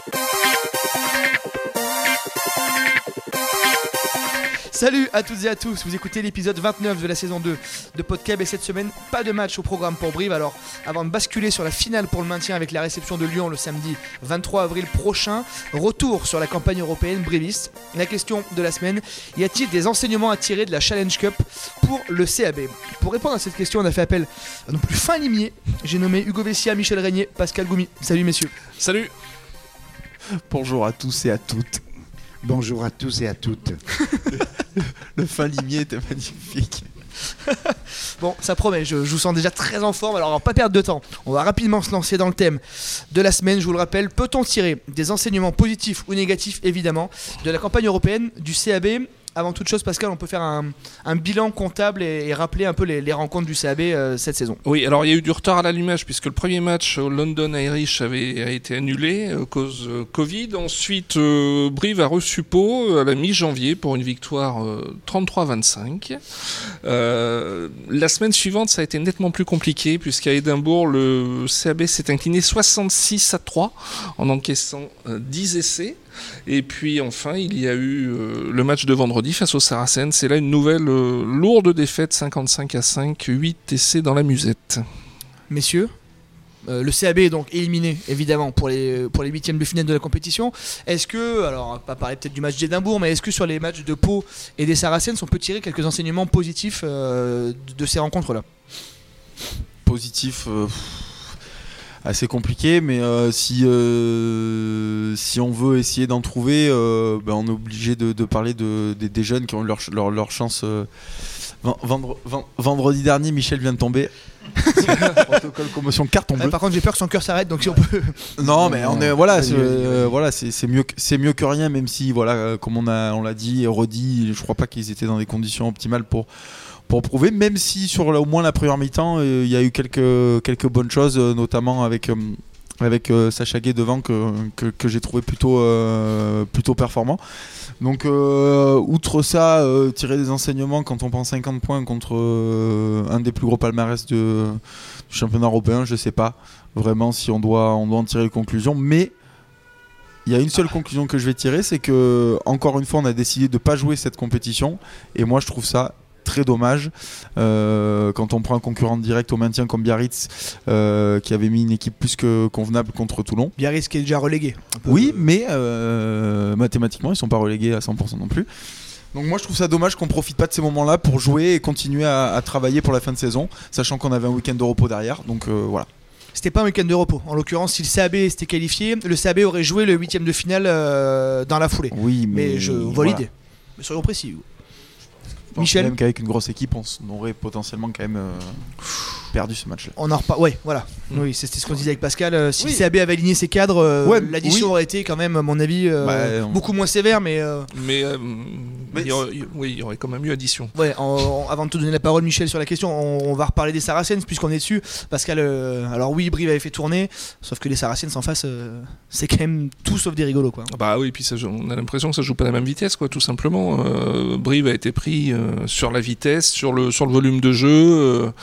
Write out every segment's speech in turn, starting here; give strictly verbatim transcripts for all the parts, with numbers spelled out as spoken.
Salut à toutes et à tous, vous écoutez l'épisode vingt-neuf de la saison deux de Podcab et cette semaine, pas de match au programme pour Brive. Alors avant de basculer sur la finale pour le maintien avec la réception de Lyon le samedi vingt-trois avril prochain, retour sur la campagne européenne briviste. La question de la semaine, y a-t-il des enseignements à tirer de la Challenge Cup pour le C A B? Pour répondre à cette question, on a fait appel à nos plus fins limiers. J'ai nommé Hugo Vessia, Michel Régnier, Pascal Goumi. Salut messieurs. Salut. Bonjour à tous et à toutes. Bonjour à tous et à toutes. Le fin limier était magnifique. Bon, ça promet, je, je vous sens déjà très en forme, alors on va pas perdre de temps. On va rapidement se lancer dans le thème de la semaine, je vous le rappelle. Peut-on tirer des enseignements positifs ou négatifs, évidemment, de la campagne européenne du C A B? Avant toute chose, Pascal, on peut faire un, un bilan comptable et, et rappeler un peu les, les rencontres du C A B euh, cette saison. Oui, alors il y a eu du retard à l'allumage puisque le premier match au London Irish avait, a été annulé à cause euh, Covid. Ensuite, euh, Brive a reçu Pau à la mi-janvier pour une victoire euh, trente-trois à vingt-cinq. Euh, la semaine suivante, ça a été nettement plus compliqué puisqu'à Édimbourg, le C A B s'est incliné soixante-six à trois en encaissant euh, dix essais. Et puis enfin, il y a eu euh, le match de vendredi face aux Saracens. C'est là une nouvelle euh, lourde défaite, cinquante-cinq à cinq, huit essais dans la musette. Messieurs, euh, le C A B est donc éliminé évidemment pour les, pour les huitièmes de finale de la compétition. Est-ce que, alors on va pas parler peut-être du match d'Édimbourg, mais est-ce que sur les matchs de Pau et des Saracens, on peut tirer quelques enseignements positifs euh, de, de ces rencontres-là? Positif... Euh... assez compliqué, mais euh, si, euh, si on veut essayer d'en trouver, euh, ben on est obligé de, de parler de, de, des jeunes qui ont eu leur, leur, leur chance. Euh, vendre, vendre, vendredi dernier, Michel vient de tomber. Protocole commotion carton bleu. Ouais, par contre, j'ai peur que son cœur s'arrête, donc si on peut. Non, mais on est voilà, c'est, euh, voilà, c'est, c'est mieux, que, c'est mieux que rien, même si voilà, euh, comme on a, on l'a dit et redit, je crois pas qu'ils étaient dans des conditions optimales pour. Pour prouver, même si sur la, au moins la première mi-temps, il euh, y a eu quelques, quelques bonnes choses, euh, notamment avec, euh, avec euh, Sacha Gueye devant que, que, que j'ai trouvé plutôt, euh, plutôt performant. Donc, euh, outre ça, euh, tirer des enseignements quand on prend cinquante points contre euh, un des plus gros palmarès de, du championnat européen, je sais pas vraiment si on doit, on doit en tirer une conclusion, mais il y a une seule conclusion que je vais tirer, c'est que encore une fois, on a décidé de ne pas jouer cette compétition, et moi je trouve ça très dommage euh, quand on prend un concurrent direct au maintien comme Biarritz euh, qui avait mis une équipe plus que convenable contre Toulon. Biarritz qui est déjà relégué. Oui, mais euh, mathématiquement ils ne sont pas relégués à cent pour cent non plus. Donc moi je trouve ça dommage qu'on ne profite pas de ces moments-là pour jouer et continuer à, à travailler pour la fin de saison, sachant qu'on avait un week-end de repos derrière. Donc euh, voilà. C'était pas un week-end de repos. En l'occurrence, si le C A B s'était qualifié, le C A B aurait joué le huitième de finale euh, dans la foulée. Oui, mais, mais je vois voilà. l'idée. Mais soyons précis. Je pense Michel, même qu'avec une grosse équipe, on aurait potentiellement quand même euh, perdu ce match-là. On en reparle. Ouais, voilà. Mmh. Oui, c'était ce qu'on disait avec Pascal. Euh, si oui. le C A B avait aligné ses cadres, euh, ouais, l'addition oui. aurait été quand même, à mon avis, euh, bah, on... beaucoup moins sévère, mais. Euh... Mais, euh, mais il y aurait, oui, il y aurait quand même eu addition. Ouais. En, en, avant de te donner la parole, Michel, sur la question, on, on va reparler des Saracens puisqu'on est dessus. Pascal, euh, alors oui, Brive avait fait tourner, sauf que les Saracens en face, euh, c'est quand même tout sauf des rigolos, quoi. Bah oui, puis ça, on a l'impression que ça joue pas à la même vitesse, quoi, tout simplement. Euh, Brive a été pris euh, sur la vitesse. Sur le, sur le volume de jeu. Euh,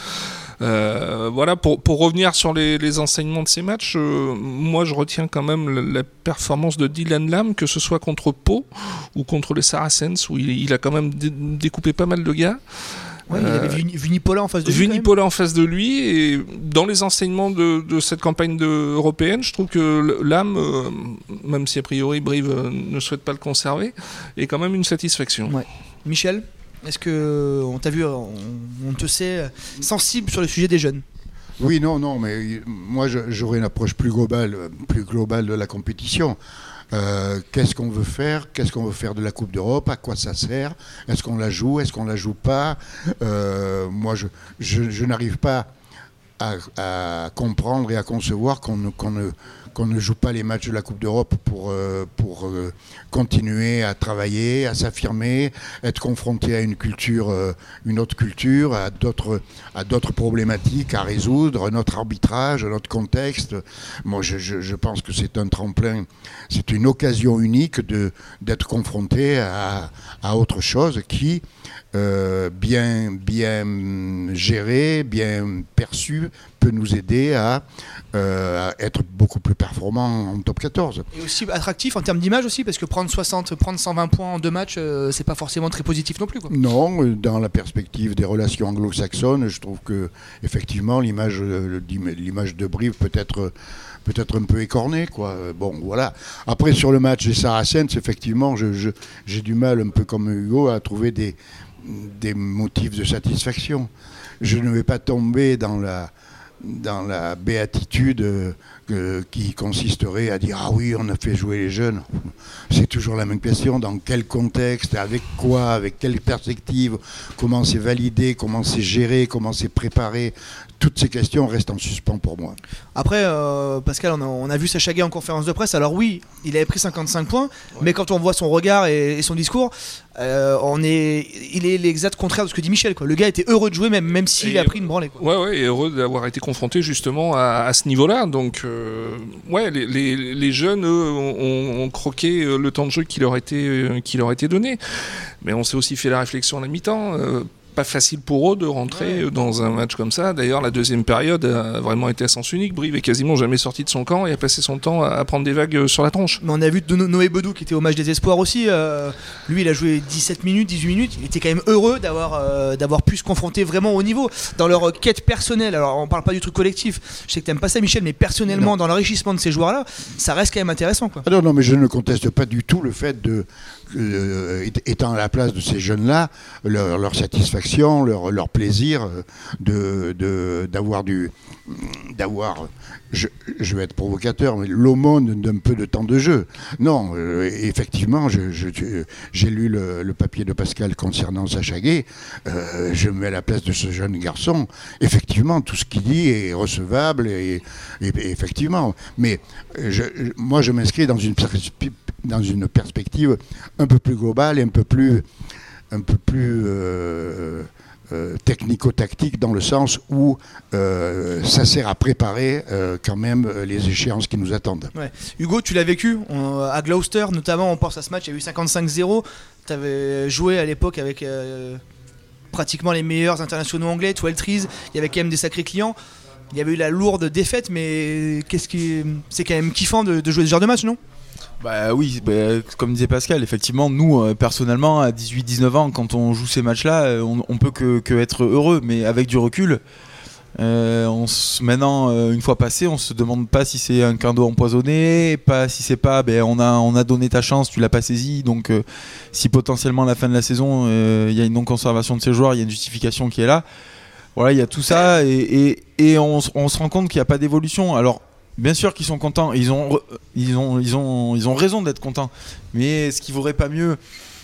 euh, voilà, pour, pour revenir sur les, les enseignements de ces matchs, euh, moi je retiens quand même la, la performance de Dylan Lam, que ce soit contre Pau ou contre les Saracens, où il, il a quand même dé, découpé pas mal de gars. Ouais, euh, il avait Vunipola en face de lui. Vunipola en face de lui, et dans les enseignements de, de cette campagne de, européenne, je trouve que Lam, euh, même si a priori Brive euh, ne souhaite pas le conserver, est quand même une satisfaction. Ouais. Michel ? Est-ce que on t'a vu, on, on te sait sensible sur le sujet des jeunes? Oui, non, non, mais moi j'aurais une approche plus globale, plus globale de la compétition. Euh, qu'est-ce qu'on veut faire? Qu'est-ce qu'on veut faire de la Coupe d'Europe? À quoi ça sert? Est-ce qu'on la joue? Est-ce qu'on la joue pas? euh, Moi, je, je, je n'arrive pas à, à comprendre et à concevoir qu'on ne, qu'on ne qu'on ne joue pas les matchs de la Coupe d'Europe pour, euh, pour euh, continuer à travailler, à s'affirmer, être confronté à une culture, euh, une autre culture, à d'autres, à d'autres problématiques à résoudre, notre arbitrage, notre contexte. Moi, je, je, je pense que c'est un tremplin, c'est une occasion unique de, d'être confronté à, à autre chose qui, euh, bien, bien géré, bien perçu peut nous aider à, euh, à être beaucoup plus performants en top quatorze. Et aussi attractif en termes d'image aussi, parce que prendre soixante, prendre cent vingt points en deux matchs, euh, c'est pas forcément très positif non plus, quoi. Non, dans la perspective des relations anglo-saxonnes, je trouve que effectivement l'image, l'image de Brive peut être peut-être un peu écornée, quoi. Bon, voilà. Après, sur le match des Saracens, effectivement, je, je, j'ai du mal, un peu comme Hugo, à trouver des, des motifs de satisfaction. Je ne vais pas tomber dans la, dans la béatitude euh, qui consisterait à dire « Ah oui, on a fait jouer les jeunes ». C'est toujours la même question. Dans quel contexte, avec quoi, avec quelle perspective, comment c'est validé, comment c'est géré, comment c'est préparé. Toutes ces questions restent en suspens pour moi. Après, euh, Pascal, on a, on a vu Sacha en conférence de presse. Alors oui, il avait pris cinquante-cinq points, ouais. Mais quand on voit son regard et, et son discours, euh, on est, il est l'exact contraire de ce que dit Michel, quoi. Le gars était heureux de jouer, même, même s'il et a pris une branlée, quoi. Ouais, ouais, et heureux d'avoir été confronté justement à, à ce niveau-là. Donc, euh, ouais, les, les, les jeunes, eux, ont, ont croqué le temps de jeu qui leur était, qui leur était donné. Mais on s'est aussi fait la réflexion à la mi-temps. Euh, Pas facile pour eux de rentrer ouais. dans un match comme ça. D'ailleurs, la deuxième période a vraiment été à sens unique. Brive est quasiment jamais sorti de son camp et a passé son temps à prendre des vagues sur la tronche. Mais on a vu de Noé Bedou qui était au match des espoirs aussi. Euh, lui, il a joué dix-sept minutes, dix-huit minutes. Il était quand même heureux d'avoir, euh, d'avoir pu se confronter vraiment au niveau. Dans leur quête personnelle, alors on parle pas du truc collectif, je sais que t'aimes pas ça, Michel, mais personnellement, dans l'enrichissement de ces joueurs-là, ça reste quand même intéressant, quoi. Ah non, non, mais je ne conteste pas du tout le fait de, euh, étant à la place de ces jeunes-là, leur, leur satisfaction, leur, leur plaisir de, de, d'avoir du, d'avoir, je, je vais être provocateur, mais l'aumône d'un peu de temps de jeu. Non, euh, effectivement, je, je, j'ai lu le, le papier de Pascal concernant Sacha Gueye, euh, je me mets à la place de ce jeune garçon. Effectivement, tout ce qu'il dit est recevable, et, et, et effectivement, mais je, moi je m'inscris dans une, dans une perspective un peu plus globale et un peu plus, un peu plus euh, Euh, technico-tactique, dans le sens où euh, ça sert à préparer euh, quand même les échéances qui nous attendent. Ouais. Hugo, tu l'as vécu on, à Gloucester, notamment on pense à ce match, il y a eu cinquante-cinq zéro, tu avais joué à l'époque avec euh, pratiquement les meilleurs internationaux anglais, Tweltrees, il y avait quand même des sacrés clients, il y avait eu la lourde défaite, mais qu'est-ce qui... c'est quand même kiffant de, de jouer ce genre de match, non ? Bah oui, bah, comme disait Pascal, effectivement, nous, euh, personnellement, à dix-huit dix-neuf ans, quand on joue ces matchs-là, euh, on, on peut que, que être heureux, mais avec du recul, euh, on s- maintenant, euh, une fois passé, on se demande pas si c'est un cadeau empoisonné, pas si c'est pas, ben, on a, on a donné ta chance, tu l'as pas saisi, donc euh, si potentiellement à la fin de la saison, il euh, y a une non-conservation de ces joueurs, il y a une justification qui est là, voilà, il y a tout ça, et, et, et on, on se rend compte qu'il n'y a pas d'évolution. Alors, bien sûr qu'ils sont contents, ils ont, ils ont, ils ont, ils ont raison d'être contents. Mais est-ce qu'il vaudrait pas mieux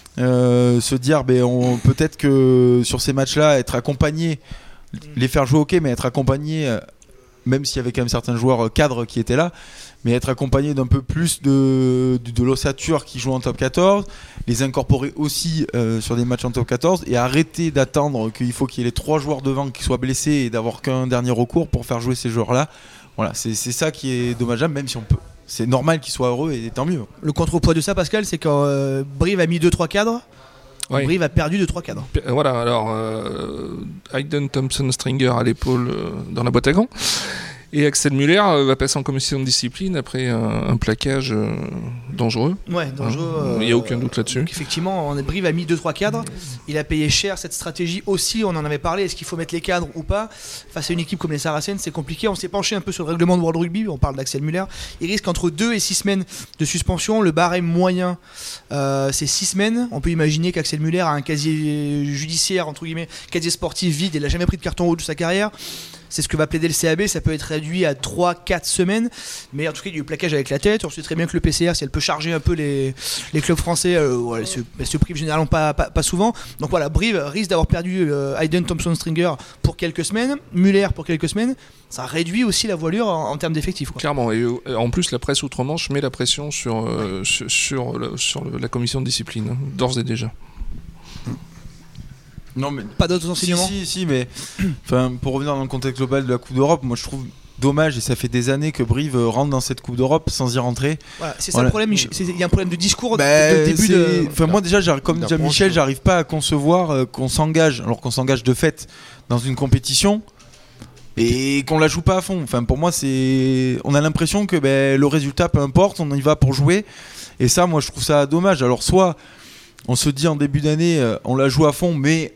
euh, se dire, ben, on, peut-être que sur ces matchs-là, être accompagné, les faire jouer ok, mais être accompagné, euh, même s'il y avait quand même certains joueurs cadres qui étaient là, mais être accompagné d'un peu plus de, de, de l'ossature qui joue en top quatorze, les incorporer aussi euh, sur des matchs en top quatorze et arrêter d'attendre qu'il faut qu'il y ait les trois joueurs devant qui soient blessés et d'avoir qu'un dernier recours pour faire jouer ces joueurs-là. Voilà, c'est, c'est ça qui est dommageable, même si on peut. C'est normal qu'ils soient heureux et tant mieux. Le contrepoids de ça, Pascal, c'est quand euh, Brive a mis deux trois cadres, oui. Brive a perdu deux trois cadres. Voilà, alors euh, Hayden Thompson Stringer à l'épaule euh, dans la boîte à gants. Et Axel Muller euh, va passer en commission de discipline après un, un plaquage euh, dangereux. Ouais, dangereux. Il n'y a aucun doute là-dessus. Donc effectivement, on, Brive a mis deux trois cadres. Il a payé cher cette stratégie aussi. On en avait parlé. Est-ce qu'il faut mettre les cadres ou pas ? Face à une équipe comme les Saracens, c'est compliqué. On s'est penché un peu sur le règlement de World Rugby. On parle d'Axel Muller. Il risque entre deux et six semaines de suspension. Le barème moyen, euh, c'est six semaines. On peut imaginer qu'Axel Muller a un casier judiciaire, entre guillemets, casier sportif vide. Il n'a jamais pris de carton rouge de sa carrière. C'est ce que va plaider le C A B, ça peut être réduit à trois quatre semaines, mais en tout cas il y a eu plaquage avec la tête. On sait très bien que le P C R, si elle peut charger un peu les, les clubs français, euh, ouais, elle, se, elle se prive généralement pas, pas, pas souvent. Donc voilà, Brive risque d'avoir perdu euh, Hayden Thompson Stringer pour quelques semaines, Muller pour quelques semaines. Ça réduit aussi la voilure en, en termes d'effectifs, quoi. Clairement, et euh, en plus la presse outre-Manche met la pression sur, euh, ouais. sur, sur, le, sur le, la commission de discipline, hein, d'ores et déjà. Non, mais pas d'autres enseignements. Si, si, si, mais enfin, pour revenir dans le contexte global de la Coupe d'Europe, moi je trouve dommage, et ça fait des années que Brive rentre dans cette Coupe d'Europe sans y rentrer. Voilà, c'est ça voilà. le problème. Il y a un problème de discours bah, de, de début de. Enfin, moi déjà, comme déjà Michel, j'arrive pas à concevoir euh, qu'on s'engage, alors qu'on s'engage de fait dans une compétition et qu'on la joue pas à fond. Enfin, pour moi, c'est, on a l'impression que ben, le résultat, peu importe, on y va pour jouer. Et ça, moi, je trouve ça dommage. Alors, soit on se dit en début d'année, euh, on la joue à fond, mais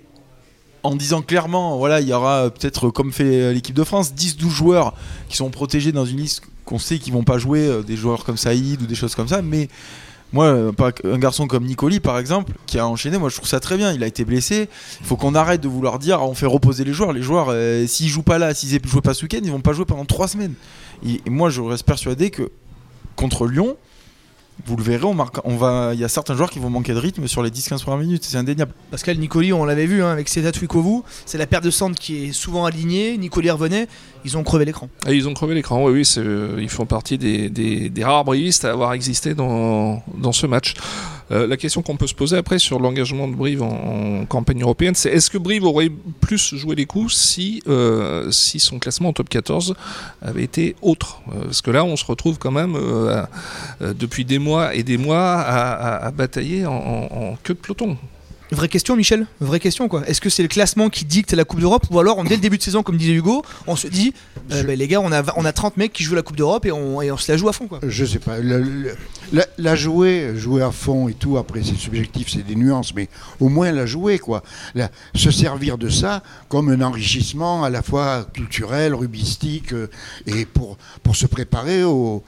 en disant clairement, voilà, il y aura peut-être, comme fait l'équipe de France, dix douze joueurs qui sont protégés dans une liste qu'on sait qu'ils vont pas jouer, euh, des joueurs comme Saïd ou des choses comme ça, mais moi, un garçon comme Nicoli, par exemple, qui a enchaîné, moi je trouve ça très bien. Il a été blessé. Il faut qu'on arrête de vouloir dire on fait reposer les joueurs. Les joueurs, euh, s'ils jouent pas là, s'ils ne jouent pas ce week-end, ils vont pas jouer pendant trois semaines. Et, et moi, je reste persuadé que contre Lyon, vous le verrez, on marque, on va, il y a certains joueurs qui vont manquer de rythme sur les dix quinze premières minutes, c'est indéniable. Pascal Nicoli, on l'avait vu hein, avec Sedat Wikovu, c'est la paire de centre qui est souvent alignée. Nicoli revenait, ils ont crevé l'écran. Et ils ont crevé l'écran, oui, oui c'est, euh, ils font partie des, des, des rares brivistes à avoir existé dans, dans ce match. Euh, la question qu'on peut se poser après sur l'engagement de Brive en, en campagne européenne, c'est est-ce que Brive aurait plus joué les coups si, euh, si son classement en top quatorze avait été autre euh, Parce que là, on se retrouve quand même euh, à, euh, depuis des mois et des mois à, à, à batailler en, en, en queue de peloton. Vraie question, Michel, vraie question quoi. Est-ce que c'est le classement qui dicte la Coupe d'Europe ou alors on, dès le début de saison, comme disait Hugo, on se dit euh, bah, les gars, on a, on a trente mecs qui jouent la Coupe d'Europe et on, et on se la joue à fond quoi. Je sais pas, la, la, la jouer, jouer à fond et tout, après c'est subjectif, c'est des nuances, mais au moins la jouer quoi. La, se servir de ça comme un enrichissement à la fois culturel, rugbyistique euh, et pour, pour se préparer au,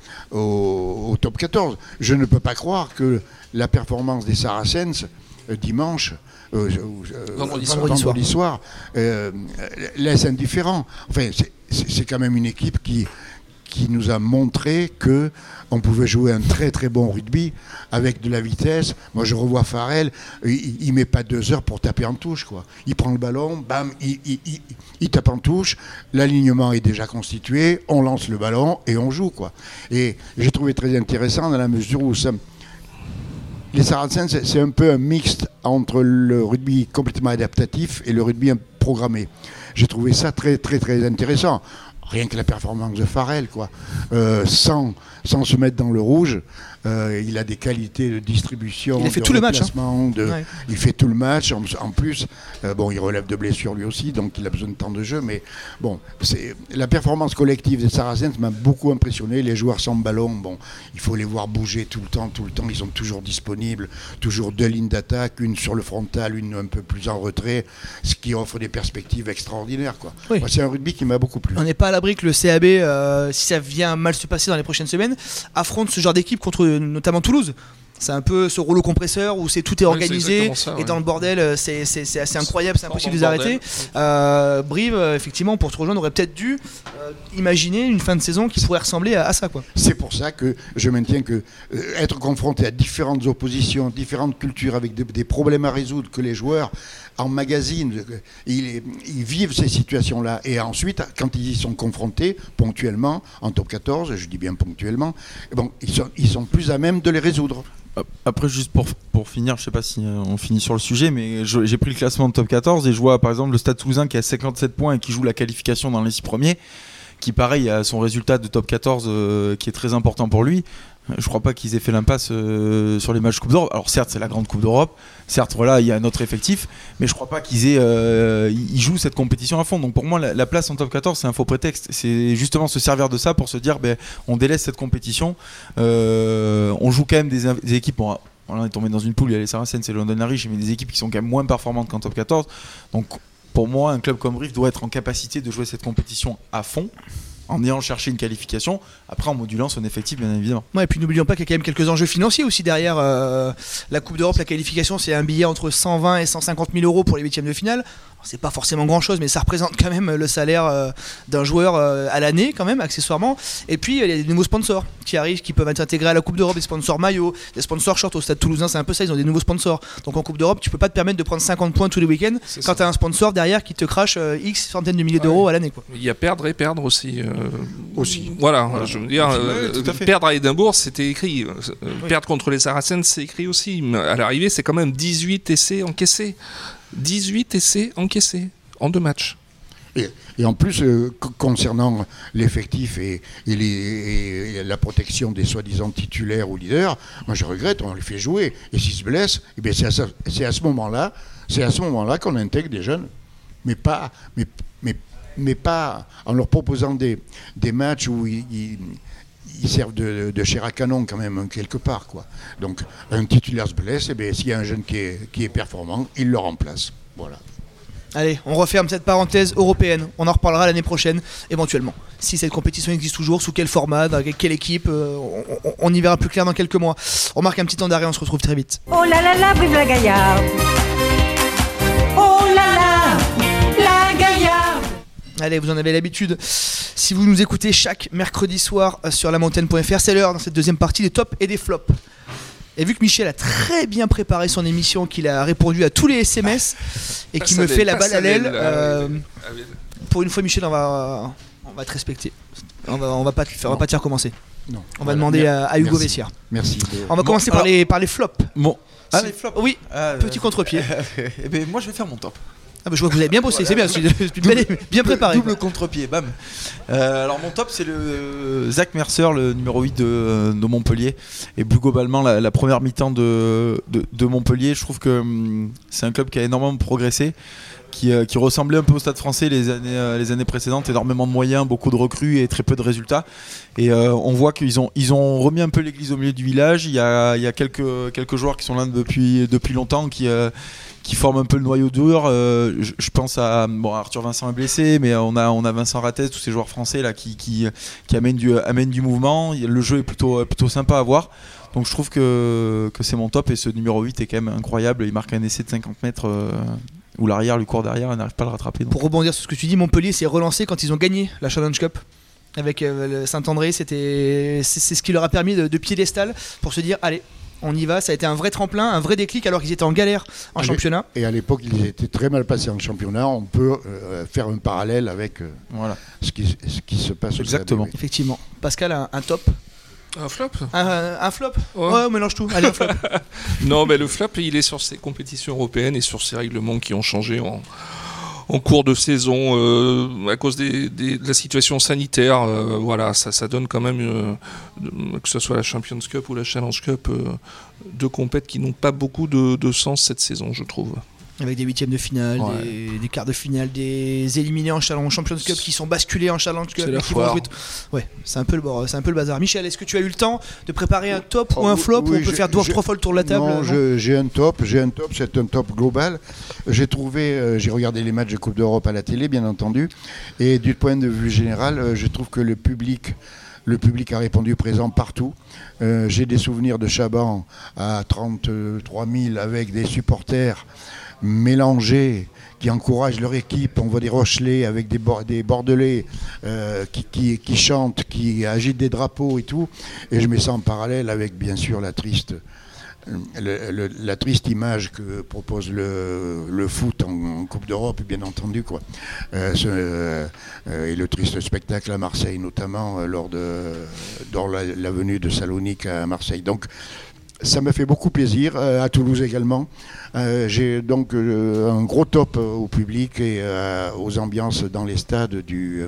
au, au top quatorze. Je ne peux pas croire que la performance des Saracens dimanche, euh, euh, vendredi, vendredi soir, vendredi soir euh, laisse indifférent. Enfin, c'est, c'est, c'est quand même une équipe qui, qui nous a montré que on pouvait jouer un très très bon rugby avec de la vitesse. Moi, je revois Farrell, il, il met pas deux heures pour taper en touche, quoi. Il prend le ballon, bam, il, il, il, il tape en touche. L'alignement est déjà constitué, on lance le ballon et on joue, quoi. Et j'ai trouvé très intéressant dans la mesure où ça. Les Saracens, c'est un peu un mixte entre le rugby complètement adaptatif et le rugby programmé. J'ai trouvé ça très très très intéressant. Rien que la performance de Farrell, quoi. Euh, sans, sans se mettre dans le rouge, euh, il a des qualités de distribution, il a fait de tout le match, hein. de, ouais. Il fait tout le match. En, en plus, euh, bon, il relève de blessures lui aussi, donc il a besoin de temps de jeu. Mais bon, c'est, la performance collective des Saracens m'a beaucoup impressionné. Les joueurs sans ballon, bon, il faut les voir bouger tout le temps, tout le temps. Ils sont toujours disponibles, toujours deux lignes d'attaque, une sur le frontal, une un peu plus en retrait, ce qui offre des perspectives extraordinaires, quoi. Oui. Moi, c'est un rugby qui m'a beaucoup plu. On n'est pas à l'abri que le C A B, euh, si ça vient mal se passer dans les prochaines semaines, affronte ce genre d'équipe contre notamment Toulouse. C'est un peu ce rouleau compresseur où c'est, tout est organisé, oui, c'est ça, et ouais. Dans le bordel, c'est, c'est, c'est assez incroyable, c'est impossible de les arrêter. Euh, Brive, effectivement, pour te rejoindre, aurait peut-être dû euh, imaginer une fin de saison qui pourrait ressembler à, à ça, quoi. C'est pour ça que je maintiens que euh, être confronté à différentes oppositions, différentes cultures, avec des, des problèmes à résoudre que les joueurs emmagasinent, ils, ils vivent ces situations-là, et ensuite, quand ils y sont confrontés, ponctuellement, en top quatorze, je dis bien ponctuellement, bon, ils sont, ils sont plus à même de les résoudre. Après, juste pour, pour finir, je sais pas si on finit sur le sujet, mais je, j'ai pris le classement de top quatorze et je vois par exemple le Stade Toulousain qui a cinquante-sept points et qui joue la qualification dans les six premiers, qui pareil a son résultat de top quatorze euh, qui est très important pour lui. Je crois pas qu'ils aient fait l'impasse euh, sur les matchs Coupe d'Europe. Alors certes, c'est la grande Coupe d'Europe, certes voilà, il y a un autre effectif, mais je crois pas qu'ils aient euh, ils jouent cette compétition à fond. Donc pour moi, la, la place en top quatorze, c'est un faux prétexte. C'est justement se servir de ça pour se dire, ben, on délaisse cette compétition. Euh, on joue quand même des, des équipes. Bon, on est tombé dans une poule, il y a les Saracens et le London Irish, mais des équipes qui sont quand même moins performantes qu'en top quatorze. Donc pour moi, un club comme Brive doit être en capacité de jouer cette compétition à fond, en ayant cherché une qualification, après en modulant son effectif bien évidemment. Ouais, et puis n'oublions pas qu'il y a quand même quelques enjeux financiers aussi derrière euh, la Coupe d'Europe, la qualification, c'est un billet entre cent vingt et cent cinquante mille euros pour les huitièmes de finale. Alors, c'est pas forcément grand chose, mais ça représente quand même le salaire euh, d'un joueur euh, à l'année quand même, accessoirement. Et puis il y a des nouveaux sponsors qui arrivent, qui peuvent être intégrés à la Coupe d'Europe, des sponsors maillots, des sponsors shorts. Au Stade Toulousain, c'est un peu ça, ils ont des nouveaux sponsors. Donc en Coupe d'Europe, tu peux pas te permettre de prendre cinquante points tous les week-ends c'est quand tu as un sponsor derrière qui te crache euh, X centaines de milliers ouais. d'euros à l'année, quoi. Il y a perdre et perdre aussi. Euh... Aussi. Voilà, voilà, je veux dire, oui, euh, perdre à Édimbourg, c'était écrit. Euh, oui. Perdre contre les Saracens, c'est écrit aussi. Mais à l'arrivée, c'est quand même dix-huit essais encaissés. dix-huit essais encaissés en deux matchs. Et, et en plus, euh, c- concernant l'effectif et, et, les, et la protection des soi-disant titulaires ou leaders, moi je regrette, on les fait jouer. Et s'ils se blessent, eh bien c'est, à ce, c'est, à ce moment-là, c'est à ce moment-là qu'on intègre des jeunes. Mais pas... Mais, mais mais pas en leur proposant des, des matchs où ils, ils, ils servent de, de chair à canon quand même quelque part, quoi. Donc un titulaire se blesse, et bien s'il y a un jeune qui est, qui est performant, il le remplace. Voilà. Allez, on referme cette parenthèse européenne. On en reparlera l'année prochaine, éventuellement. Si cette compétition existe toujours, sous quel format, avec quelle équipe, euh, on, on, on y verra plus clair dans quelques mois. On marque un petit temps d'arrêt, on se retrouve très vite. Oh là là là, vive la Gaillarde. Oh là là, la Gaillarde. Allez, vous en avez l'habitude. Si vous nous écoutez chaque mercredi soir sur la montagne point f r, c'est l'heure dans cette deuxième partie des tops et des flops. Et vu que Michel a très bien préparé son émission, qu'il a répondu à tous les S M S et qu'il me fait la balle à l'aile, euh, pour une fois, Michel, on va, on va te respecter. On va, on va pas te faire, on va pas te faire commencer. Non. On va Voilà. demander à, à Hugo Merci. Vessière. Merci. On va Bon, commencer alors- par les par les flops. Bon. Ah, Si- les flops. Oui. Ah, Petit euh, contre-pied. eh ben, moi, je vais faire mon top. Ah bah, je vois que vous avez bien bossé, c'est bien. Je suis, je suis bien, bien préparé. Double contre-pied, bam. Euh, alors mon top, c'est le Zach Mercer, le numéro huit de, de Montpellier. Et plus globalement, la, la première mi-temps de, de, de Montpellier, je trouve que hum, c'est un club qui a énormément progressé, qui, euh, qui ressemblait un peu au Stade Français les années, euh, les années précédentes. Énormément de moyens, beaucoup de recrues et très peu de résultats. Et euh, on voit qu'ils ont, ils ont remis un peu l'église au milieu du village. Il y a, il y a quelques, quelques joueurs qui sont là depuis, depuis longtemps, qui... Euh, qui forment un peu le noyau dur. Euh, je, je pense à bon, Arthur Vincent est blessé, mais on a on a Vincent Rattez, tous ces joueurs français là qui qui, qui amènent du amènent du mouvement. Le jeu est plutôt plutôt sympa à voir. Donc je trouve que que c'est mon top, et ce numéro huit est quand même incroyable. Il marque un essai de cinquante mètres euh, où l'arrière lui court derrière, il n'arrive pas à le rattraper. Donc. Pour rebondir sur ce que tu dis, Montpellier s'est relancé quand ils ont gagné la Challenge Cup avec euh, le Saint-André. C'était c'est, c'est ce qui leur a permis de, de piédestal pour se dire allez, on y va. Ça a été un vrai tremplin, un vrai déclic alors qu'ils étaient en galère en Allez. championnat. Et à l'époque, ils étaient très mal passés en championnat. On peut euh, faire un parallèle avec euh, Voilà. ce, qui, ce qui se passe au Exactement. stade. Effectivement. Pascal a un, un top, Un flop un, un flop. Ouais. Ouais, on mélange tout. Allez, un flop. Non, mais le flop, il est sur ces compétitions européennes et sur ces règlements qui ont changé en, en cours de saison euh, à cause des, des- de la situation sanitaire. Euh, voilà, ça, ça donne quand même, euh, de- que ce soit la Champions Cup ou la Challenge Cup, euh, deux compètes qui n'ont pas beaucoup de, de sens cette saison, je trouve. Avec des huitièmes de finale, Ouais. des, des quarts de finale, des éliminés en Challenge Champions Cup qui sont basculés en Challenge Cup. C'est la et qui vont foire. jouer t- Ouais, c'est un peu le bord- c'est un peu le bazar. Michel, est-ce que tu as eu le temps de préparer un top Oh, ou un oui, flop oui, ou on peut j'ai- faire deux, j'ai- trois fois le tour de la table Non, non je- j'ai un top, j'ai un top, c'est un top global. J'ai trouvé, euh, j'ai regardé les matchs de Coupe d'Europe à la télé, bien entendu, et du point de vue général, euh, je trouve que le public, le public a répondu présent partout. Euh, j'ai des souvenirs de Chaban à trente-trois mille avec des supporters mélangés qui encouragent leur équipe. On voit des Rochelais avec des, Bor- des Bordelais euh, qui, qui, qui chantent, qui agitent des drapeaux et tout. Et je mets ça en parallèle avec, bien sûr, la triste, le- le- la triste image que propose le, le foot en, en Coupe d'Europe, bien entendu, quoi. Euh, ce, euh, et le triste spectacle à Marseille, notamment euh, lors de dans la, la venue de Salonique à Marseille. Donc, ça me fait beaucoup plaisir, euh, à Toulouse également. Euh, j'ai donc euh, un gros top euh, au public et euh, aux ambiances dans les stades du, euh,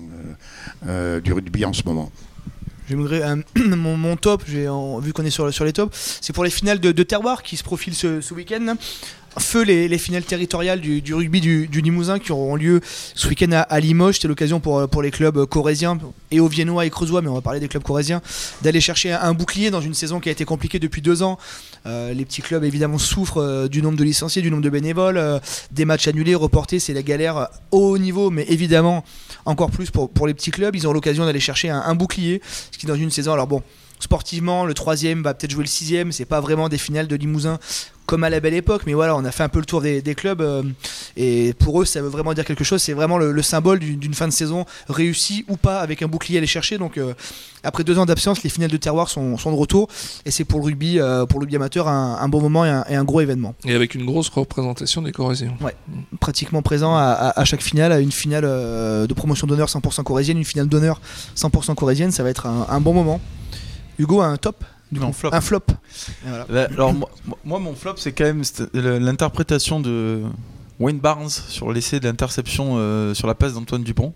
euh, du rugby en ce moment. J'aimerais un- mon, mon top, j'ai en- vu qu'on est sur, sur les tops, c'est pour les finales de, de terroir qui se profilent ce, ce week-end. là. Feu les, les finales territoriales du, du rugby du, du Limousin qui auront lieu ce week-end à, à Limoges. C'était l'occasion pour, pour les clubs corréziens et auviennois et creusois, mais on va parler des clubs corréziens, d'aller chercher un, un bouclier dans une saison qui a été compliquée depuis deux ans. Euh, les petits clubs évidemment souffrent euh, du nombre de licenciés, du nombre de bénévoles, euh, des matchs annulés, reportés, c'est la galère euh, au haut niveau, mais évidemment encore plus pour, pour les petits clubs. Ils ont l'occasion d'aller chercher un, un bouclier, ce qui dans une saison, alors bon, sportivement, le troisième va peut-être jouer le sixième, c'est pas vraiment des finales de Limousin comme à la belle époque, mais voilà, on a fait un peu le tour des, des clubs euh, et pour eux ça veut vraiment dire quelque chose, c'est vraiment le, le symbole d'une, d'une fin de saison réussie ou pas avec un bouclier à aller chercher. Donc euh, après deux ans d'absence, les finales de terroir sont, sont de retour et c'est pour le rugby, euh, pour le rugby amateur un, un bon moment et un, et un gros événement. Et avec une grosse représentation des Corréziens. Pratiquement présent à, à- à chaque finale, à une finale euh, de promotion d'honneur cent pour cent corrézienne, une finale d'honneur cent pour cent corrézienne, ça va être un, un bon moment. Hugo a un top du Non, coup. flop. Un flop. Et voilà. Là, alors moi, moi, mon flop, c'est quand même cette- le- l'interprétation de Wayne Barnes sur l'essai de l'interception euh, sur la passe d'Antoine Dupont.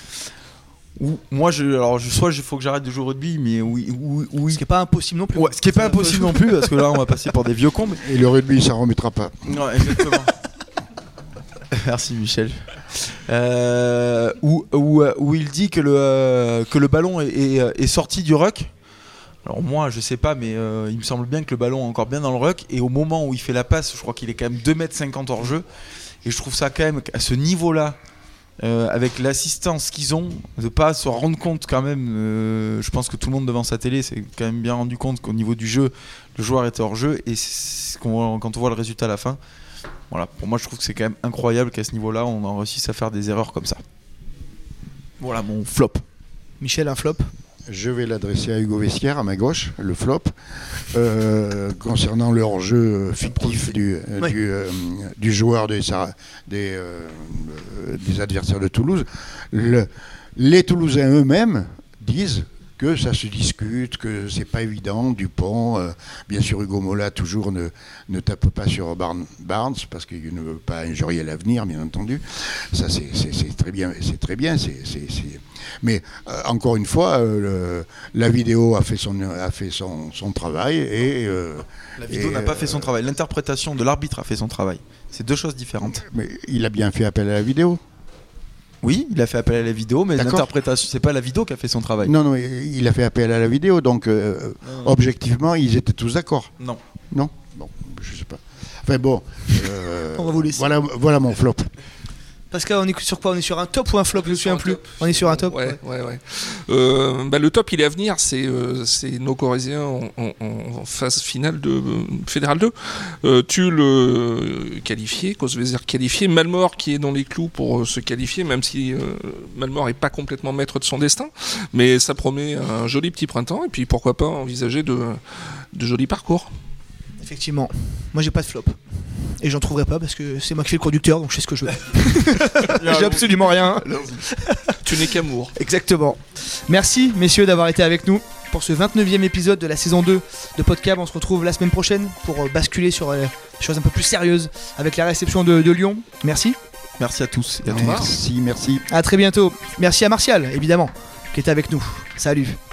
Où, moi, je, alors, je, soit il faut que j'arrête de jouer au rugby, mais oui, oui, oui. Ce qui n'est pas impossible non plus. Ouais, ce qui est pas impossible non plus, parce que là, on va passer pour des vieux cons. mais- Et le rugby, ça ne remettra pas. Non, exactement. Merci Michel. euh, où, où, où il dit que le, euh, que le ballon est, est, est sorti du ruck. Alors moi je sais pas, mais euh, il me semble bien que le ballon est encore bien dans le ruck, et au moment où il fait la passe, je crois qu'il est quand même deux mètres cinquante hors jeu, et je trouve ça quand même à ce niveau là, euh, avec l'assistance qu'ils ont, de pas se rendre compte quand même, euh, je pense que tout le monde devant sa télé s'est quand même bien rendu compte qu'au niveau du jeu, le joueur était hors jeu, et c'est, quand on voit le résultat à la fin, voilà, pour moi je trouve que c'est quand même incroyable qu'à ce niveau là on en réussisse à faire des erreurs comme ça. Voilà mon flop. Michel, un flop? Je vais l'adresser à Hugo Vestiaire, à ma gauche, le flop, euh, concernant le hors-jeu fictif du, oui. du, euh, du joueur des, des, euh, des adversaires de Toulouse. Le, les Toulousains eux-mêmes disent que ça se discute, que c'est pas évident. Dupont, euh, bien sûr, Hugo Mola toujours ne, ne tape pas sur Barnes, Barnes parce qu'il ne veut pas injurier l'avenir, bien entendu. Ça, c'est, c'est, c'est très bien. C'est très bien. C'est, c'est, c'est... Mais euh, encore une fois, euh, le, la vidéo a fait son, a fait son, son travail et euh, la vidéo et, n'a pas fait son travail. L'interprétation de l'arbitre a fait son travail. C'est deux choses différentes. Mais il a bien fait appel à la vidéo. Oui, il a fait appel à la vidéo, mais D'accord. L'interprétation, c'est pas la vidéo qui a fait son travail. Non, non, il a fait appel à la vidéo, donc euh, non, objectivement, ils étaient tous d'accord. Non. Non. Bon, je sais pas. Enfin bon. Euh, On va vous laisser. Voilà, voilà mon flop. Pascal, on est sur quoi? On est sur un top ou un flop? Je ne me souviens plus. On est sur un top. Ouais, ouais, ouais. Euh, bah, le top, il est à venir. C'est, euh, c'est nos Corésiens en, en, en phase finale de euh, Fédéral deux. Euh, Tulle euh, qualifié, Cosvezer qualifié, Malmort qui est dans les clous pour euh, se qualifier, même si euh, Malmort n'est pas complètement maître de son destin. Mais ça promet un joli petit printemps. Et puis pourquoi pas envisager de, de jolis parcours. Effectivement. Moi, j'ai pas de flop. Et j'en trouverai pas parce que c'est moi qui fais le conducteur, donc je sais ce que je veux. J'ai absolument rien. Tu n'es qu'amour. Exactement. Merci messieurs d'avoir été avec nous pour ce vingt-neuvième épisode de la saison deux de Podcab. On se retrouve la semaine prochaine pour basculer sur des choses un peu plus sérieuses avec la réception de, de Lyon. Merci. Merci à tous et à Merci, merci. À très bientôt. Merci à Martial, évidemment, qui était avec nous. Salut.